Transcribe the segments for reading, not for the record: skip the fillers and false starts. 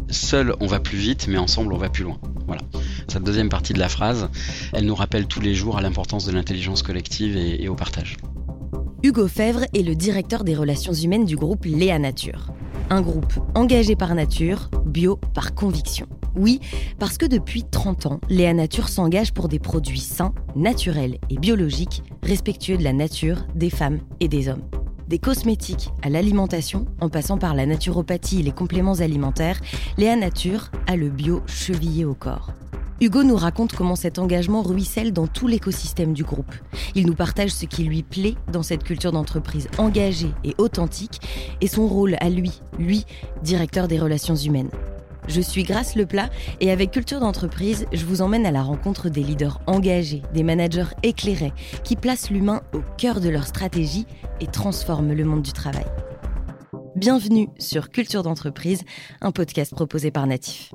Seul, on va plus vite, mais ensemble, on va plus loin. Voilà. Cette deuxième partie de la phrase, elle nous rappelle tous les jours à l'importance de l'intelligence collective et au partage. Hugo Fèvre est le directeur des relations humaines du groupe Léa Nature. Un groupe engagé par nature, bio par conviction. Oui, parce que depuis 30 ans, Léa Nature s'engage pour des produits sains, naturels et biologiques, respectueux de la nature, des femmes et des hommes. Des cosmétiques à l'alimentation, en passant par la naturopathie et les compléments alimentaires, Léa Nature a le bio chevillé au corps. Hugo nous raconte comment cet engagement ruisselle dans tout l'écosystème du groupe. Il nous partage ce qui lui plaît dans cette culture d'entreprise engagée et authentique et son rôle à lui, directeur des relations humaines. Je suis Grace Leplat et avec Culture d'entreprise, je vous emmène à la rencontre des leaders engagés, des managers éclairés qui placent l'humain au cœur de leur stratégie et transforment le monde du travail. Bienvenue sur Culture d'entreprise, un podcast proposé par Natif.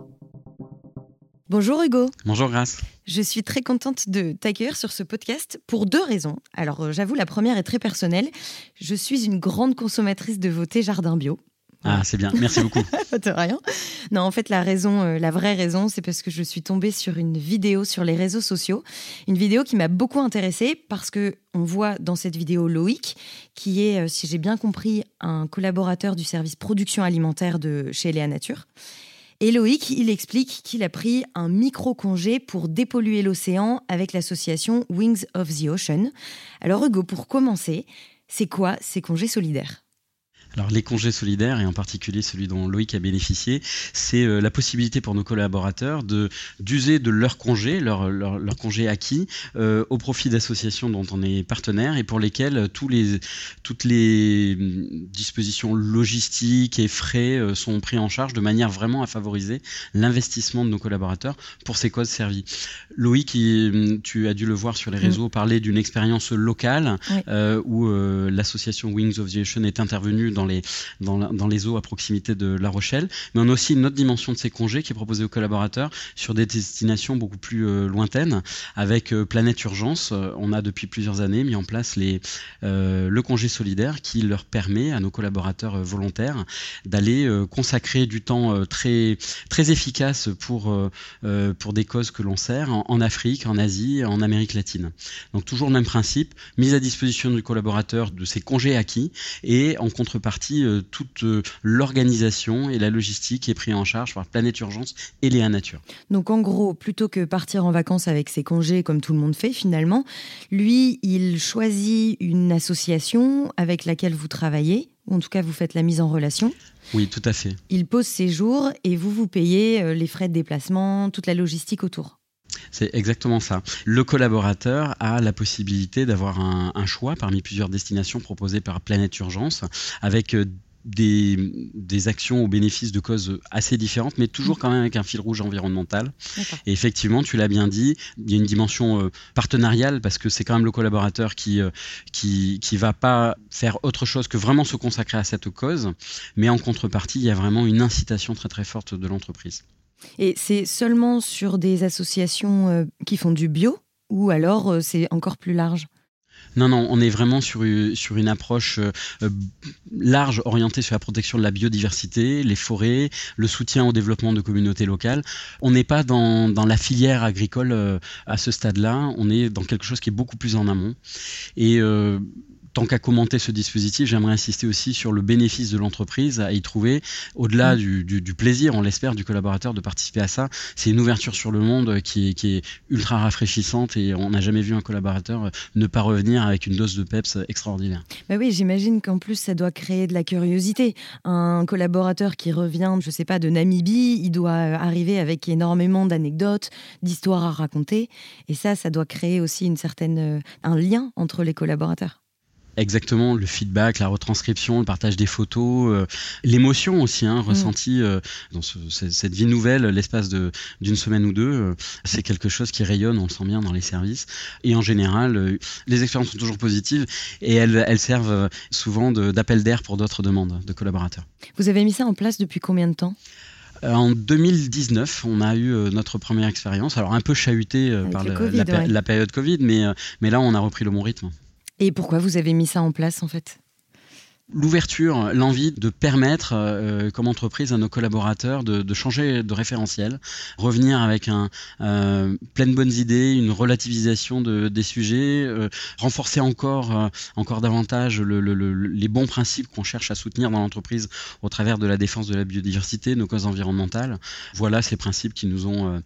Bonjour Hugo. Bonjour Grace. Je suis très contente de t'accueillir sur ce podcast pour 2 raisons. Alors j'avoue, la première est très personnelle. Je suis une grande consommatrice de vos thés jardin bio. Ah, c'est bien, merci beaucoup. De rien. Non, en fait, la vraie raison, c'est parce que je suis tombée sur une vidéo sur les réseaux sociaux. Une vidéo qui m'a beaucoup intéressée parce qu'on voit dans cette vidéo Loïc, qui est, si j'ai bien compris, un collaborateur du service production alimentaire de chez Léa Nature. Et Loïc, il explique qu'il a pris un micro-congé pour dépolluer l'océan avec l'association Wings of the Ocean. Alors Hugo, pour commencer, c'est quoi ces congés solidaires ? Alors les congés solidaires, et en particulier celui dont Loïc a bénéficié, c'est la possibilité pour nos collaborateurs d'user de leur congé, leur congé acquis, au profit d'associations dont on est partenaire et pour lesquelles toutes les dispositions logistiques et frais sont pris en charge de manière vraiment à favoriser l'investissement de nos collaborateurs pour ces causes servies. Loïc, tu as dû le voir sur les réseaux, parler d'une expérience locale où l'association Wings of the Ocean est intervenue dans les eaux à proximité de La Rochelle, mais on a aussi une autre dimension de ces congés qui est proposée aux collaborateurs sur des destinations beaucoup plus lointaines. Avec Planète Urgence, on a depuis plusieurs années mis en place le congé solidaire qui leur permet à nos collaborateurs volontaires d'aller consacrer du temps très, très efficace pour des causes que l'on sert en Afrique, en Asie, en Amérique latine. Donc toujours le même principe, mise à disposition du collaborateur de ses congés acquis et en contrepartie toute l'organisation et la logistique est prise en charge par Planète Urgence et Léa Nature. Donc en gros, plutôt que partir en vacances avec ses congés comme tout le monde fait finalement, lui, il choisit une association avec laquelle vous travaillez, ou en tout cas vous faites la mise en relation. Oui, tout à fait. Il pose ses jours et vous payez les frais de déplacement, toute la logistique autour. C'est exactement ça. Le collaborateur a la possibilité d'avoir un choix parmi plusieurs destinations proposées par Planète Urgence avec des actions au bénéfice de causes assez différentes, mais toujours quand même avec un fil rouge environnemental. D'accord. Et effectivement, tu l'as bien dit, il y a une dimension partenariale parce que c'est quand même le collaborateur qui va pas faire autre chose que vraiment se consacrer à cette cause, mais en contrepartie, il y a vraiment une incitation très très forte de l'entreprise. Et c'est seulement sur des associations qui font du bio ou alors c'est encore plus large ? Non, on est vraiment sur une approche large, orientée sur la protection de la biodiversité, les forêts, le soutien au développement de communautés locales. On n'est pas dans la filière agricole à ce stade-là, on est dans quelque chose qui est beaucoup plus en amont. Et tant qu'à commenter ce dispositif, j'aimerais insister aussi sur le bénéfice de l'entreprise à y trouver, au-delà du plaisir, on l'espère, du collaborateur de participer à ça. C'est une ouverture sur le monde qui est ultra rafraîchissante et on n'a jamais vu un collaborateur ne pas revenir avec une dose de peps extraordinaire. Bah oui, j'imagine qu'en plus, ça doit créer de la curiosité. Un collaborateur qui revient, je sais pas, de Namibie, il doit arriver avec énormément d'anecdotes, d'histoires à raconter. Et ça doit créer aussi un lien entre les collaborateurs. Exactement, le feedback, la retranscription, le partage des photos, l'émotion aussi ressentie dans cette vie nouvelle, l'espace d'une semaine ou deux, c'est quelque chose qui rayonne, on le sent bien dans les services. Et en général, les expériences sont toujours positives et elles servent souvent d'appel d'air pour d'autres demandes de collaborateurs. Vous avez mis ça en place depuis combien de temps ? En 2019, on a eu notre première expérience, alors un peu chahutée par la période Covid, mais là on a repris le bon rythme. Et pourquoi vous avez mis ça en place en fait ? l'ouverture, l'envie de permettre, comme entreprise, à nos collaborateurs de changer de référentiel, revenir avec plein de bonnes idées, une relativisation des sujets, renforcer encore davantage les bons principes qu'on cherche à soutenir dans l'entreprise au travers de la défense de la biodiversité, nos causes environnementales. Voilà ces principes qui nous ont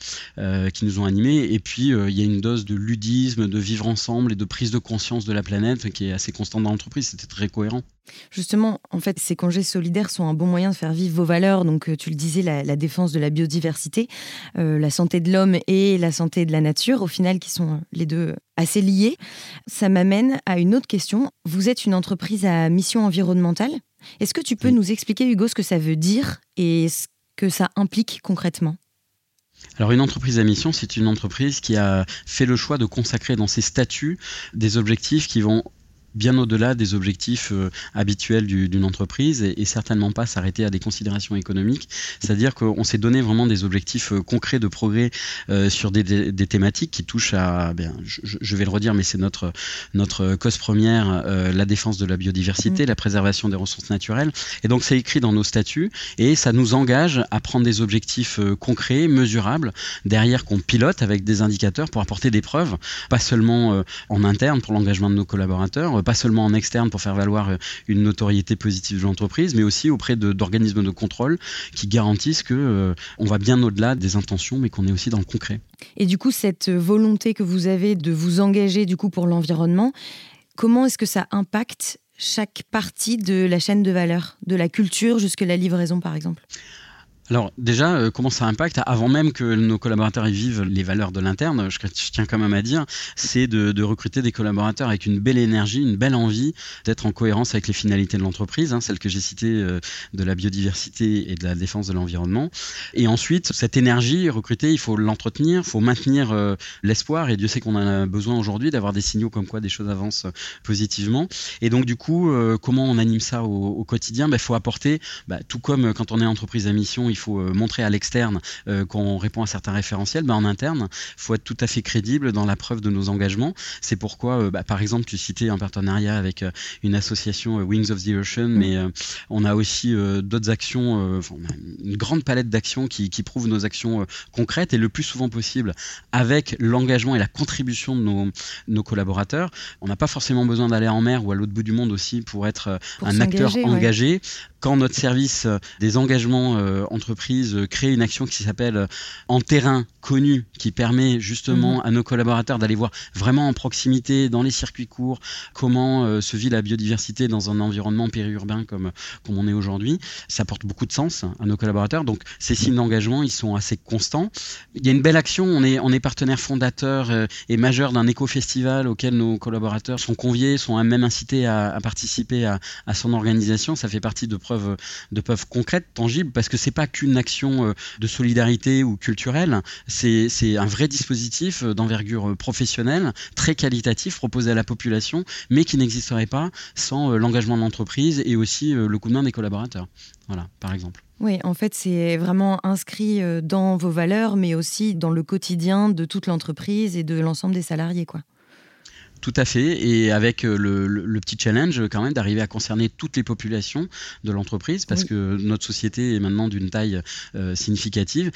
animés. Et puis, il y a une dose de ludisme, de vivre ensemble et de prise de conscience de la planète qui est assez constante dans l'entreprise. C'était très cohérent. Justement, en fait, ces congés solidaires sont un bon moyen de faire vivre vos valeurs. Donc, tu le disais, la défense de la biodiversité, la santé de l'homme et la santé de la nature, au final, qui sont les deux assez liés. Ça m'amène à une autre question. Vous êtes une entreprise à mission environnementale. Est-ce que tu peux nous expliquer, Hugo, ce que ça veut dire et ce que ça implique concrètement ? Alors une entreprise à mission, c'est une entreprise qui a fait le choix de consacrer dans ses statuts des objectifs qui vont bien au-delà des objectifs habituels d'une entreprise et certainement pas s'arrêter à des considérations économiques. C'est-à-dire qu'on s'est donné vraiment des objectifs concrets de progrès sur des thématiques qui touchent à, je vais le redire, mais c'est notre cause première, la défense de la biodiversité, la préservation des ressources naturelles. Et donc c'est écrit dans nos statuts et ça nous engage à prendre des objectifs concrets, mesurables, derrière qu'on pilote avec des indicateurs pour apporter des preuves, pas seulement en interne pour l'engagement de nos collaborateurs, pas seulement en externe pour faire valoir une notoriété positive de l'entreprise, mais aussi auprès d'organismes de contrôle qui garantissent qu'on va bien au-delà des intentions, mais qu'on est aussi dans le concret. Et du coup, cette volonté que vous avez de vous engager du coup pour l'environnement, comment est-ce que ça impacte chaque partie de la chaîne de valeur, de la culture jusqu'à la livraison par exemple ? Alors déjà, comment ça impacte, avant même que nos collaborateurs y vivent les valeurs de l'interne, je tiens quand même à dire, c'est de recruter des collaborateurs avec une belle énergie, une belle envie d'être en cohérence avec les finalités de l'entreprise, celles que j'ai citées de la biodiversité et de la défense de l'environnement. Et ensuite, cette énergie recrutée, il faut l'entretenir, il faut maintenir l'espoir, et Dieu sait qu'on en a besoin aujourd'hui d'avoir des signaux comme quoi des choses avancent positivement. Et donc du coup, comment on anime ça au quotidien ? Il faut apporter, tout comme quand on est entreprise à mission, il faut montrer à l'externe qu'on répond à certains référentiels, en interne, il faut être tout à fait crédible dans la preuve de nos engagements. C'est pourquoi, par exemple, tu citais un partenariat avec une association Wings of the Ocean, mais on a aussi d'autres actions, une grande palette d'actions qui prouvent nos actions concrètes et le plus souvent possible avec l'engagement et la contribution de nos collaborateurs. On n'a pas forcément besoin d'aller en mer ou à l'autre bout du monde aussi pour être un acteur engagé. Ouais. Quand notre service des engagements entreprises crée une action qui s'appelle En terrain connu, qui permet justement à nos collaborateurs d'aller voir vraiment en proximité, dans les circuits courts, comment se vit la biodiversité dans un environnement périurbain comme on est aujourd'hui, ça porte beaucoup de sens à nos collaborateurs. Donc ces signes d'engagement, ils sont assez constants. Il y a une belle action, on est partenaire fondateur et majeur d'un éco-festival auquel nos collaborateurs sont conviés, sont même incités à participer à son organisation. Ça fait partie de preuves concrètes, tangibles, parce que c'est pas qu'une action de solidarité ou culturelle, c'est un vrai dispositif d'envergure professionnelle, très qualitatif, proposé à la population, mais qui n'existerait pas sans l'engagement de l'entreprise et aussi le coup de main des collaborateurs. Voilà, par exemple. Oui, en fait, c'est vraiment inscrit dans vos valeurs, mais aussi dans le quotidien de toute l'entreprise et de l'ensemble des salariés, quoi. Tout à fait, et avec le petit challenge quand même d'arriver à concerner toutes les populations de l'entreprise, parce que notre société est maintenant d'une taille significative.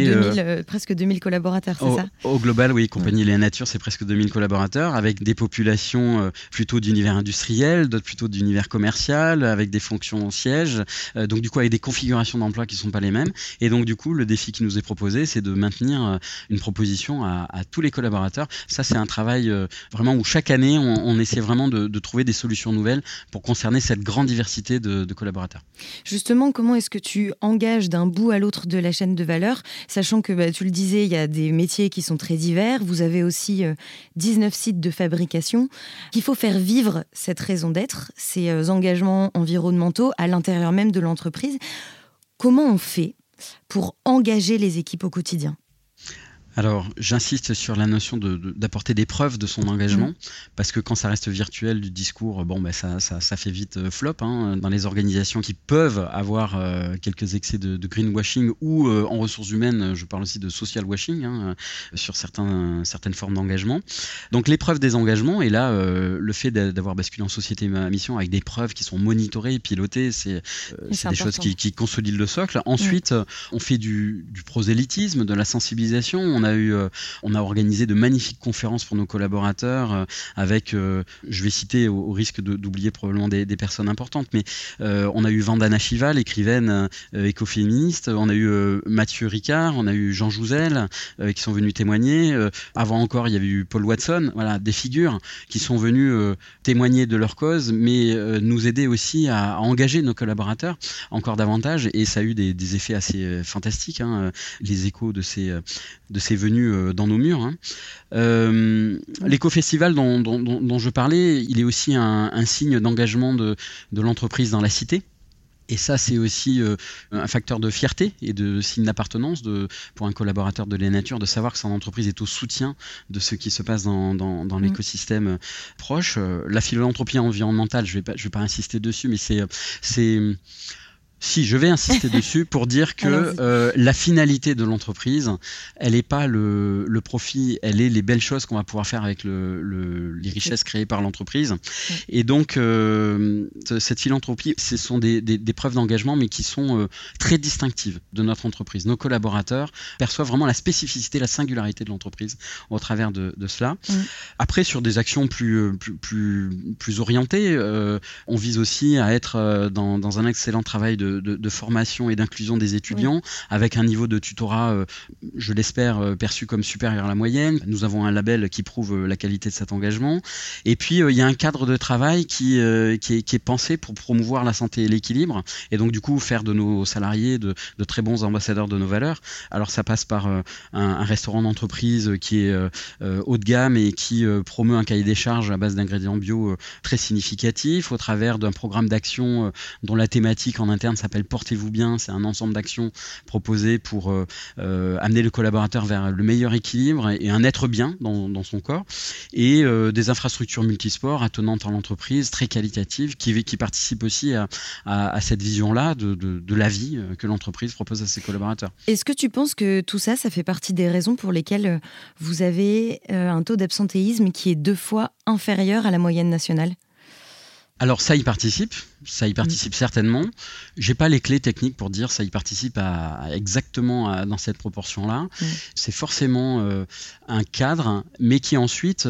Presque 2000 collaborateurs, c'est ça ? Au global, oui, Compagnie Léa Nature, c'est presque 2000 collaborateurs, avec des populations plutôt d'univers industriel, d'autres plutôt d'univers commercial, avec des fonctions au siège, donc du coup avec des configurations d'emploi qui ne sont pas les mêmes. Et donc du coup, le défi qui nous est proposé, c'est de maintenir une proposition à tous les collaborateurs. Ça, c'est un travail vraiment où chaque année, on essaie vraiment de trouver des solutions nouvelles pour concerner cette grande diversité de collaborateurs. Justement, comment est-ce que tu engages d'un bout à l'autre de la chaîne de valeur, sachant que, tu le disais, il y a des métiers qui sont très divers, vous avez aussi 19 sites de fabrication, qu'il faut faire vivre cette raison d'être, ces engagements environnementaux à l'intérieur même de l'entreprise. Comment on fait pour engager les équipes au quotidien ? Alors, j'insiste sur la notion d'apporter des preuves de son engagement, parce que quand ça reste virtuel du discours, ça fait vite flop, hein, dans les organisations qui peuvent avoir quelques excès de greenwashing ou en ressources humaines, je parle aussi de social washing, hein, sur certaines formes d'engagement. Donc, les preuves des engagements, et là, le fait d'avoir basculé en société à mission avec des preuves qui sont monitorées, pilotées, c'est des choses qui consolident le socle. Ensuite, on fait du prosélytisme, de la sensibilisation. On a organisé de magnifiques conférences pour nos collaborateurs avec, je vais citer au risque d'oublier probablement des personnes importantes, mais on a eu Vandana Shiva, l'écrivaine écoféministe, on a eu Mathieu Ricard, on a eu Jean Jouzel qui sont venus témoigner. Avant encore, il y avait eu Paul Watson, voilà, des figures qui sont venus témoigner de leur cause, mais nous aider aussi à engager nos collaborateurs encore davantage, et ça a eu des effets assez fantastiques, hein, les échos de ces venues dans nos murs, hein. L'éco-festival dont je parlais, il est aussi un signe d'engagement de l'entreprise dans la cité. Et ça, c'est aussi un facteur de fierté et de signe d'appartenance pour un collaborateur de Léa Nature, de savoir que son entreprise est au soutien de ce qui se passe dans l'écosystème proche. La philanthropie environnementale, je vais pas insister dessus, mais si, je vais insister dessus pour dire que la finalité de l'entreprise, elle n'est pas le profit, elle est les belles choses qu'on va pouvoir faire avec les richesses créées par l'entreprise. Et donc, cette philanthropie, ce sont des preuves d'engagement, mais qui sont très distinctives de notre entreprise. Nos collaborateurs perçoivent vraiment la spécificité, la singularité de l'entreprise au travers de cela. Après, sur des actions plus orientées, on vise aussi à être dans un excellent travail de formation et d'inclusion des étudiants, avec un niveau de tutorat, je l'espère, perçu comme supérieur à la moyenne. Nous avons un label qui prouve la qualité de cet engagement. Et puis, il y a un cadre de travail qui est pensé pour promouvoir la santé et l'équilibre, et donc du coup faire de nos salariés de très bons ambassadeurs de nos valeurs. Alors ça passe par un restaurant d'entreprise qui est haut de gamme et qui promeut un cahier des charges à base d'ingrédients bio très significatif, au travers d'un programme d'action dont la thématique en interne s'appelle Portez-vous bien. C'est un ensemble d'actions proposées pour amener le collaborateur vers le meilleur équilibre et un être bien dans son corps, et des infrastructures multisports attenantes à l'entreprise, très qualitatives, qui participent aussi à cette vision-là de la vie que l'entreprise propose à ses collaborateurs. Est-ce que tu penses que tout ça, ça fait partie des raisons pour lesquelles vous avez un taux d'absentéisme qui est 2 fois inférieur à la moyenne nationale ? Alors ça y participe certainement. J'ai pas les clés techniques pour dire ça y participe exactement dans cette proportion-là. C'est forcément un cadre, mais qui ensuite,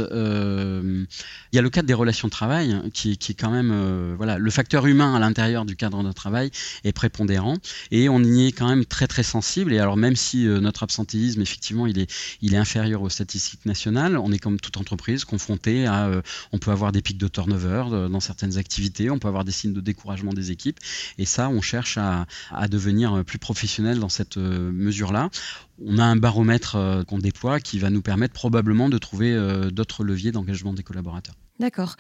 il y a le cadre des relations de travail qui est quand même, le facteur humain à l'intérieur du cadre de travail est prépondérant, et on y est quand même très très sensible. Et alors même si notre absentéisme, effectivement, il est inférieur aux statistiques nationales, on est comme toute entreprise confronté on peut avoir des pics de turnover dans certaines activités, on peut avoir des signes de découragement des équipes, et ça, on cherche à devenir plus professionnel dans cette mesure-là. On a un baromètre qu'on déploie qui va nous permettre probablement de trouver d'autres leviers d'engagement des collaborateurs. D'accord.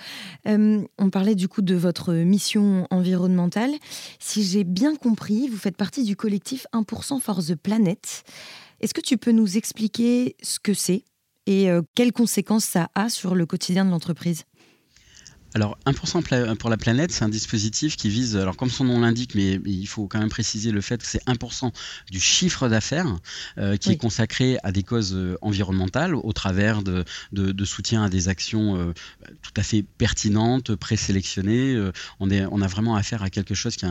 On parlait du coup de votre mission environnementale. Si j'ai bien compris, vous faites partie du collectif 1% for the Planet. Est-ce que tu peux nous expliquer ce que c'est et quelles conséquences ça a sur le quotidien de l'entreprise ? Alors, 1% pour la planète, c'est un dispositif qui vise, alors comme son nom l'indique, mais il faut quand même préciser le fait que c'est 1% du chiffre d'affaires qui est consacré à des causes environnementales au travers de soutien à des actions tout à fait pertinentes, présélectionnées. On a vraiment affaire à quelque chose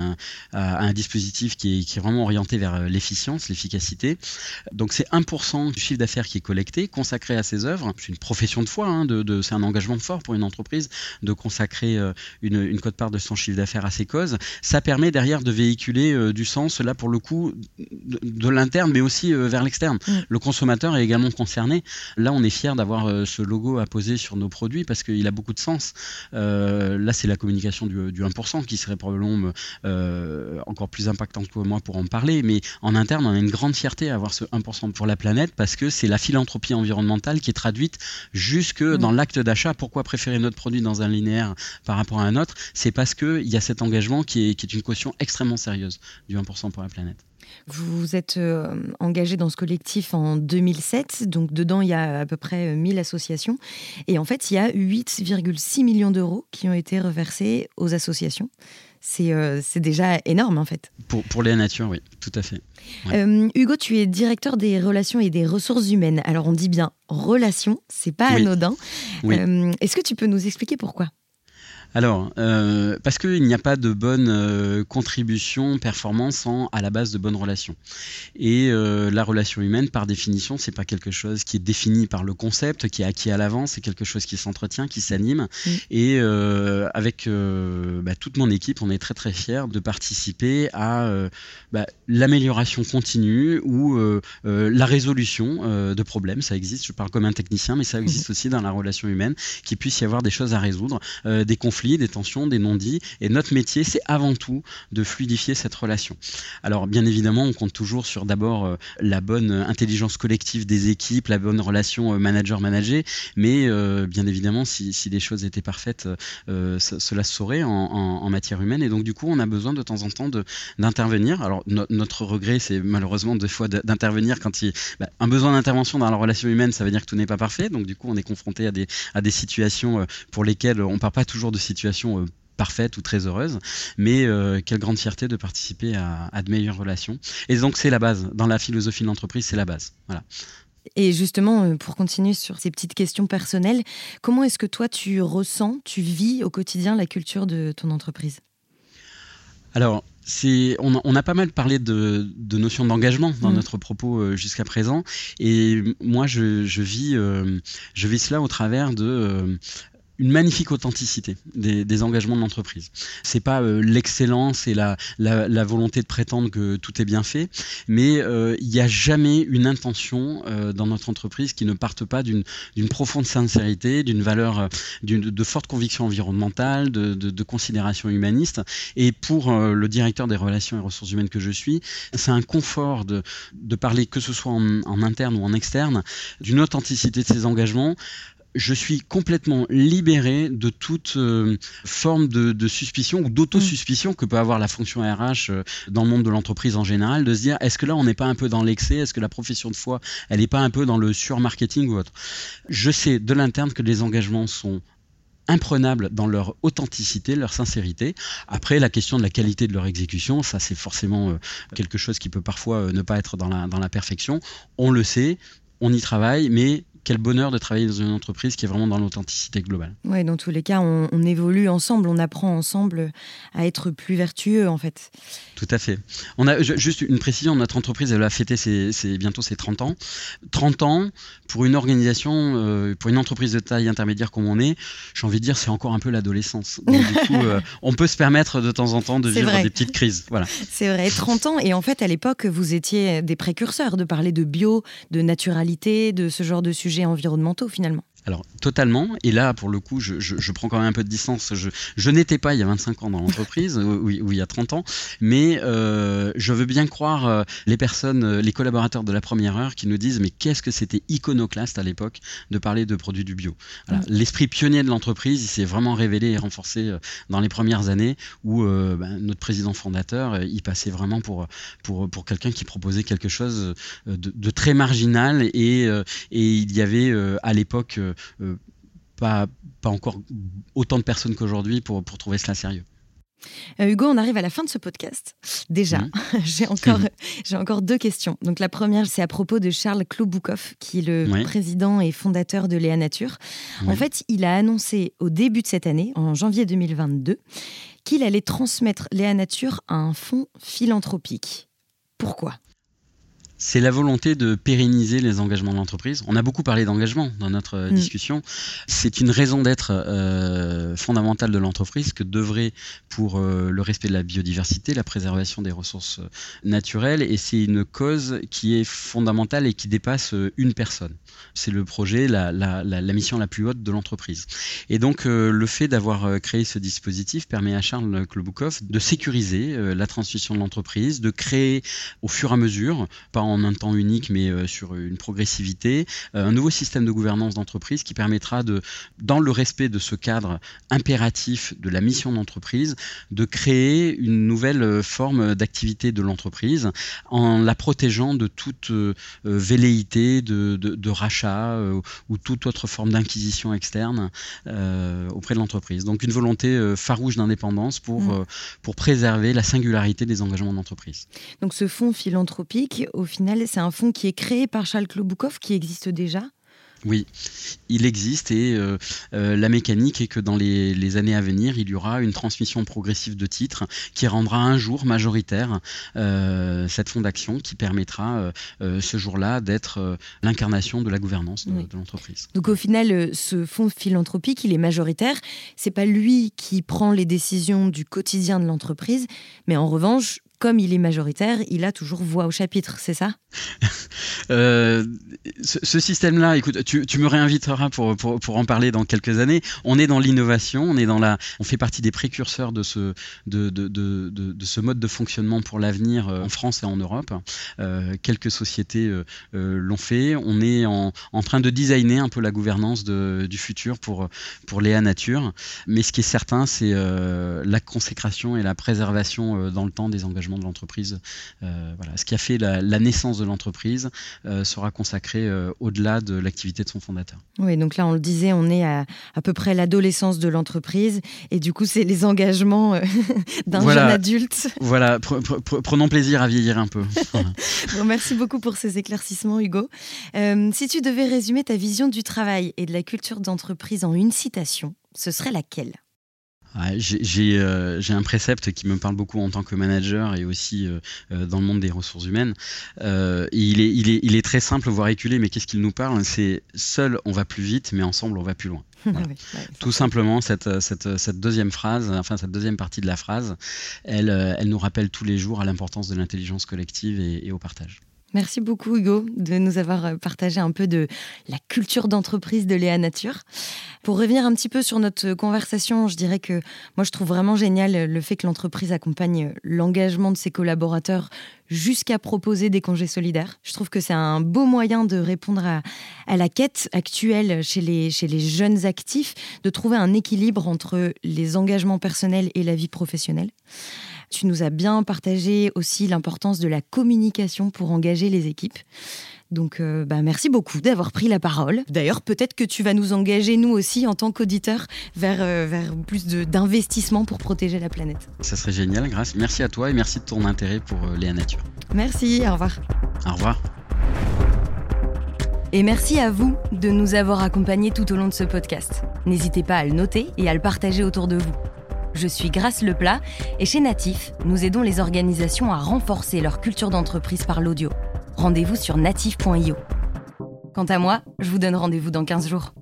à un dispositif qui est vraiment orienté vers l'efficience, l'efficacité. Donc c'est 1% du chiffre d'affaires qui est collecté, consacré à ces œuvres. C'est une profession de foi, hein, c'est un engagement fort pour une entreprise de consacrer une quote-part de son chiffre d'affaires à ces causes. Ça permet derrière de véhiculer du sens, là pour le coup, de l'interne, mais aussi vers l'externe. Le consommateur est également concerné. Là, on est fiers d'avoir ce logo apposé sur nos produits parce qu'il a beaucoup de sens. Là, c'est la communication du 1% qui serait probablement encore plus impactante que moi pour en parler, mais en interne, on a une grande fierté à avoir ce 1% pour la planète parce que c'est la philanthropie environnementale qui est traduite jusque dans l'acte d'achat. Pourquoi préférer notre produit dans un linéaire partenaire par rapport à un autre, c'est parce qu'il y a cet engagement qui est une caution extrêmement sérieuse du 1% pour la planète. Vous vous êtes engagé dans ce collectif en 2007, donc dedans il y a à peu près 1000 associations, et en fait il y a 8,6 millions d'euros qui ont été reversés aux associations. C'est déjà énorme en fait. Pour Léa Nature, oui, tout à fait. Ouais. Hugo, tu es directeur des relations et des ressources humaines. Alors on dit bien relations, c'est pas anodin. Oui. Est-ce que tu peux nous expliquer pourquoi ? Alors, parce qu'il n'y a pas de bonne contribution, performance sans à la base de bonnes relations. Et la relation humaine, par définition, c'est pas quelque chose qui est défini par le concept, qui est acquis à l'avance, c'est quelque chose qui s'entretient, qui s'anime. Et avec toute mon équipe, on est très très fiers de participer à l'amélioration continue ou la résolution de problèmes. Ça existe, je parle comme un technicien, mais ça existe aussi dans la relation humaine, qu'il puisse y avoir des choses à résoudre, des conflits, des tensions, des non-dits. Et notre métier, c'est avant tout de fluidifier cette relation. Alors, bien évidemment, on compte toujours sur d'abord la bonne intelligence collective des équipes, la bonne relation manager-manager, mais bien évidemment, si les choses étaient parfaites, cela se saurait en matière humaine. Et donc, du coup, on a besoin de temps en temps d'intervenir. Alors, notre regret, c'est malheureusement des fois d'intervenir quand il y a un besoin d'intervention dans la relation humaine, ça veut dire que tout n'est pas parfait. Donc, du coup, on est confronté à des situations pour lesquelles on ne part pas toujours de situation parfaite ou très heureuse, mais quelle grande fierté de participer à de meilleures relations. Et donc c'est la base, dans la philosophie de l'entreprise, c'est la base. Voilà. Et justement, pour continuer sur ces petites questions personnelles, comment est-ce que toi tu ressens, tu vis au quotidien la culture de ton entreprise ? Alors, on a pas mal parlé de notions d'engagement dans notre propos jusqu'à présent, et moi je vis cela au travers de une magnifique authenticité des engagements de l'entreprise. C'est pas l'excellence et la volonté de prétendre que tout est bien fait, mais il n'y a jamais une intention dans notre entreprise qui ne parte pas d'une profonde sincérité, d'une valeur, de forte conviction environnementale, de considération humaniste. Et pour le directeur des relations et ressources humaines que je suis, c'est un confort de parler, que ce soit en interne ou en externe, d'une authenticité de ces engagements. Je suis complètement libéré de toute forme de suspicion ou d'autosuspicion que peut avoir la fonction RH dans le monde de l'entreprise en général, de se dire est-ce que là on n'est pas un peu dans l'excès, est-ce que la profession de foi elle n'est pas un peu dans le surmarketing ou autre. Je sais de l'interne que les engagements sont imprenables dans leur authenticité, leur sincérité. Après, la question de la qualité de leur exécution, ça c'est forcément quelque chose qui peut parfois ne pas être dans la perfection. On le sait, on y travaille, mais quel bonheur de travailler dans une entreprise qui est vraiment dans l'authenticité globale. Oui, dans tous les cas, on évolue ensemble, on apprend ensemble à être plus vertueux en fait. Tout à fait. On a juste une précision, notre entreprise elle va fêter bientôt ses 30 ans. 30 ans, pour une organisation, pour une entreprise de taille intermédiaire comme on est, j'ai envie de dire c'est encore un peu l'adolescence. Donc du coup, on peut se permettre de temps en temps de vivre des petites crises. Voilà. C'est vrai, 30 ans. Et en fait, à l'époque, vous étiez des précurseurs de parler de bio, de naturalité, de ce genre de sujets environnementaux finalement. Alors, totalement. Et là, pour le coup, je prends quand même un peu de distance. Je n'étais pas il y a 25 ans dans l'entreprise, ou il y a 30 ans, mais je veux bien croire les personnes, les collaborateurs de la première heure qui nous disent mais qu'est-ce que c'était iconoclaste à l'époque de parler de produits du bio. Voilà. L'esprit pionnier de l'entreprise, il s'est vraiment révélé et renforcé dans les premières années où notre président fondateur, il passait vraiment pour quelqu'un qui proposait quelque chose de très marginal et il y avait à l'époque pas encore autant de personnes qu'aujourd'hui pour trouver cela sérieux. Hugo, on arrive à la fin de ce podcast. Déjà, j'ai encore deux questions. Donc la première, c'est à propos de Charles Kloboukov, qui est le président et fondateur de Léa Nature. En fait, il a annoncé au début de cette année, en janvier 2022, qu'il allait transmettre Léa Nature à un fonds philanthropique. Pourquoi ? C'est la volonté de pérenniser les engagements de l'entreprise. On a beaucoup parlé d'engagement dans notre discussion. C'est une raison d'être fondamentale de l'entreprise que d'œuvrer pour le respect de la biodiversité, la préservation des ressources naturelles. Et c'est une cause qui est fondamentale et qui dépasse une personne. C'est le projet, la mission la plus haute de l'entreprise. Et donc, le fait d'avoir créé ce dispositif permet à Charles Kloboukov de sécuriser la transmission de l'entreprise, de créer au fur et à mesure, pas en un temps unique, mais sur une progressivité, un nouveau système de gouvernance d'entreprise qui permettra dans le respect de ce cadre impératif de la mission d'entreprise, de créer une nouvelle forme d'activité de l'entreprise en la protégeant de toute velléité de rachat ou toute autre forme d'inquisition externe auprès de l'entreprise. Donc une volonté farouche d'indépendance pour préserver la singularité des engagements d'entreprise. Donc ce fonds philanthropique, au final, c'est un fonds qui est créé par Charles Kloboukov, qui existe déjà ? Oui, il existe et la mécanique est que dans les années à venir, il y aura une transmission progressive de titres qui rendra un jour majoritaire cette fondation qui permettra ce jour-là d'être l'incarnation de la gouvernance de l'entreprise. Donc au final, ce fonds philanthropique, il est majoritaire. C'est pas lui qui prend les décisions du quotidien de l'entreprise, mais en revanche, comme il est majoritaire, il a toujours voix au chapitre, c'est ça ? Ce système-là, écoute, tu me réinviteras pour en parler dans quelques années. On est dans l'innovation, on fait partie des précurseurs de ce mode de fonctionnement pour l'avenir en France et en Europe. Quelques sociétés l'ont fait. On est en train de designer un peu la gouvernance du futur pour Léa Nature. Mais ce qui est certain, c'est la consécration et la préservation dans le temps des engagements de l'entreprise. Voilà. Ce qui a fait la naissance de l'entreprise sera consacré au-delà de l'activité de son fondateur. Oui, donc là, on le disait, on est à peu près l'adolescence de l'entreprise et du coup, c'est les engagements d'un jeune adulte. Voilà, prenons plaisir à vieillir un peu. Voilà. Bon, merci beaucoup pour ces éclaircissements, Hugo. Si tu devais résumer ta vision du travail et de la culture d'entreprise en une citation, ce serait laquelle ? J'ai un précepte qui me parle beaucoup en tant que manager et aussi dans le monde des ressources humaines. Il est très simple, voire éculé, mais qu'est-ce qu'il nous parle ? C'est seul on va plus vite, mais ensemble on va plus loin. Voilà. Tout simplement, cette deuxième phrase, enfin cette deuxième partie de la phrase, elle nous rappelle tous les jours à l'importance de l'intelligence collective et au partage. Merci beaucoup Hugo de nous avoir partagé un peu de la culture d'entreprise de Léa Nature. Pour revenir un petit peu sur notre conversation, je dirais que moi je trouve vraiment génial le fait que l'entreprise accompagne l'engagement de ses collaborateurs jusqu'à proposer des congés solidaires. Je trouve que c'est un beau moyen de répondre à la quête actuelle chez les jeunes actifs, de trouver un équilibre entre les engagements personnels et la vie professionnelle. Tu nous as bien partagé aussi l'importance de la communication pour engager les équipes. Donc, merci beaucoup d'avoir pris la parole. D'ailleurs, peut-être que tu vas nous engager, nous aussi, en tant qu'auditeurs, vers plus d'investissement pour protéger la planète. Ça serait génial, Grâce. Merci à toi et merci de ton intérêt pour Léa Nature. Merci, au revoir. Au revoir. Et merci à vous de nous avoir accompagnés tout au long de ce podcast. N'hésitez pas à le noter et à le partager autour de vous. Je suis Grâce Leplat et chez Natif, nous aidons les organisations à renforcer leur culture d'entreprise par l'audio. Rendez-vous sur natif.io. Quant à moi, je vous donne rendez-vous dans 15 jours.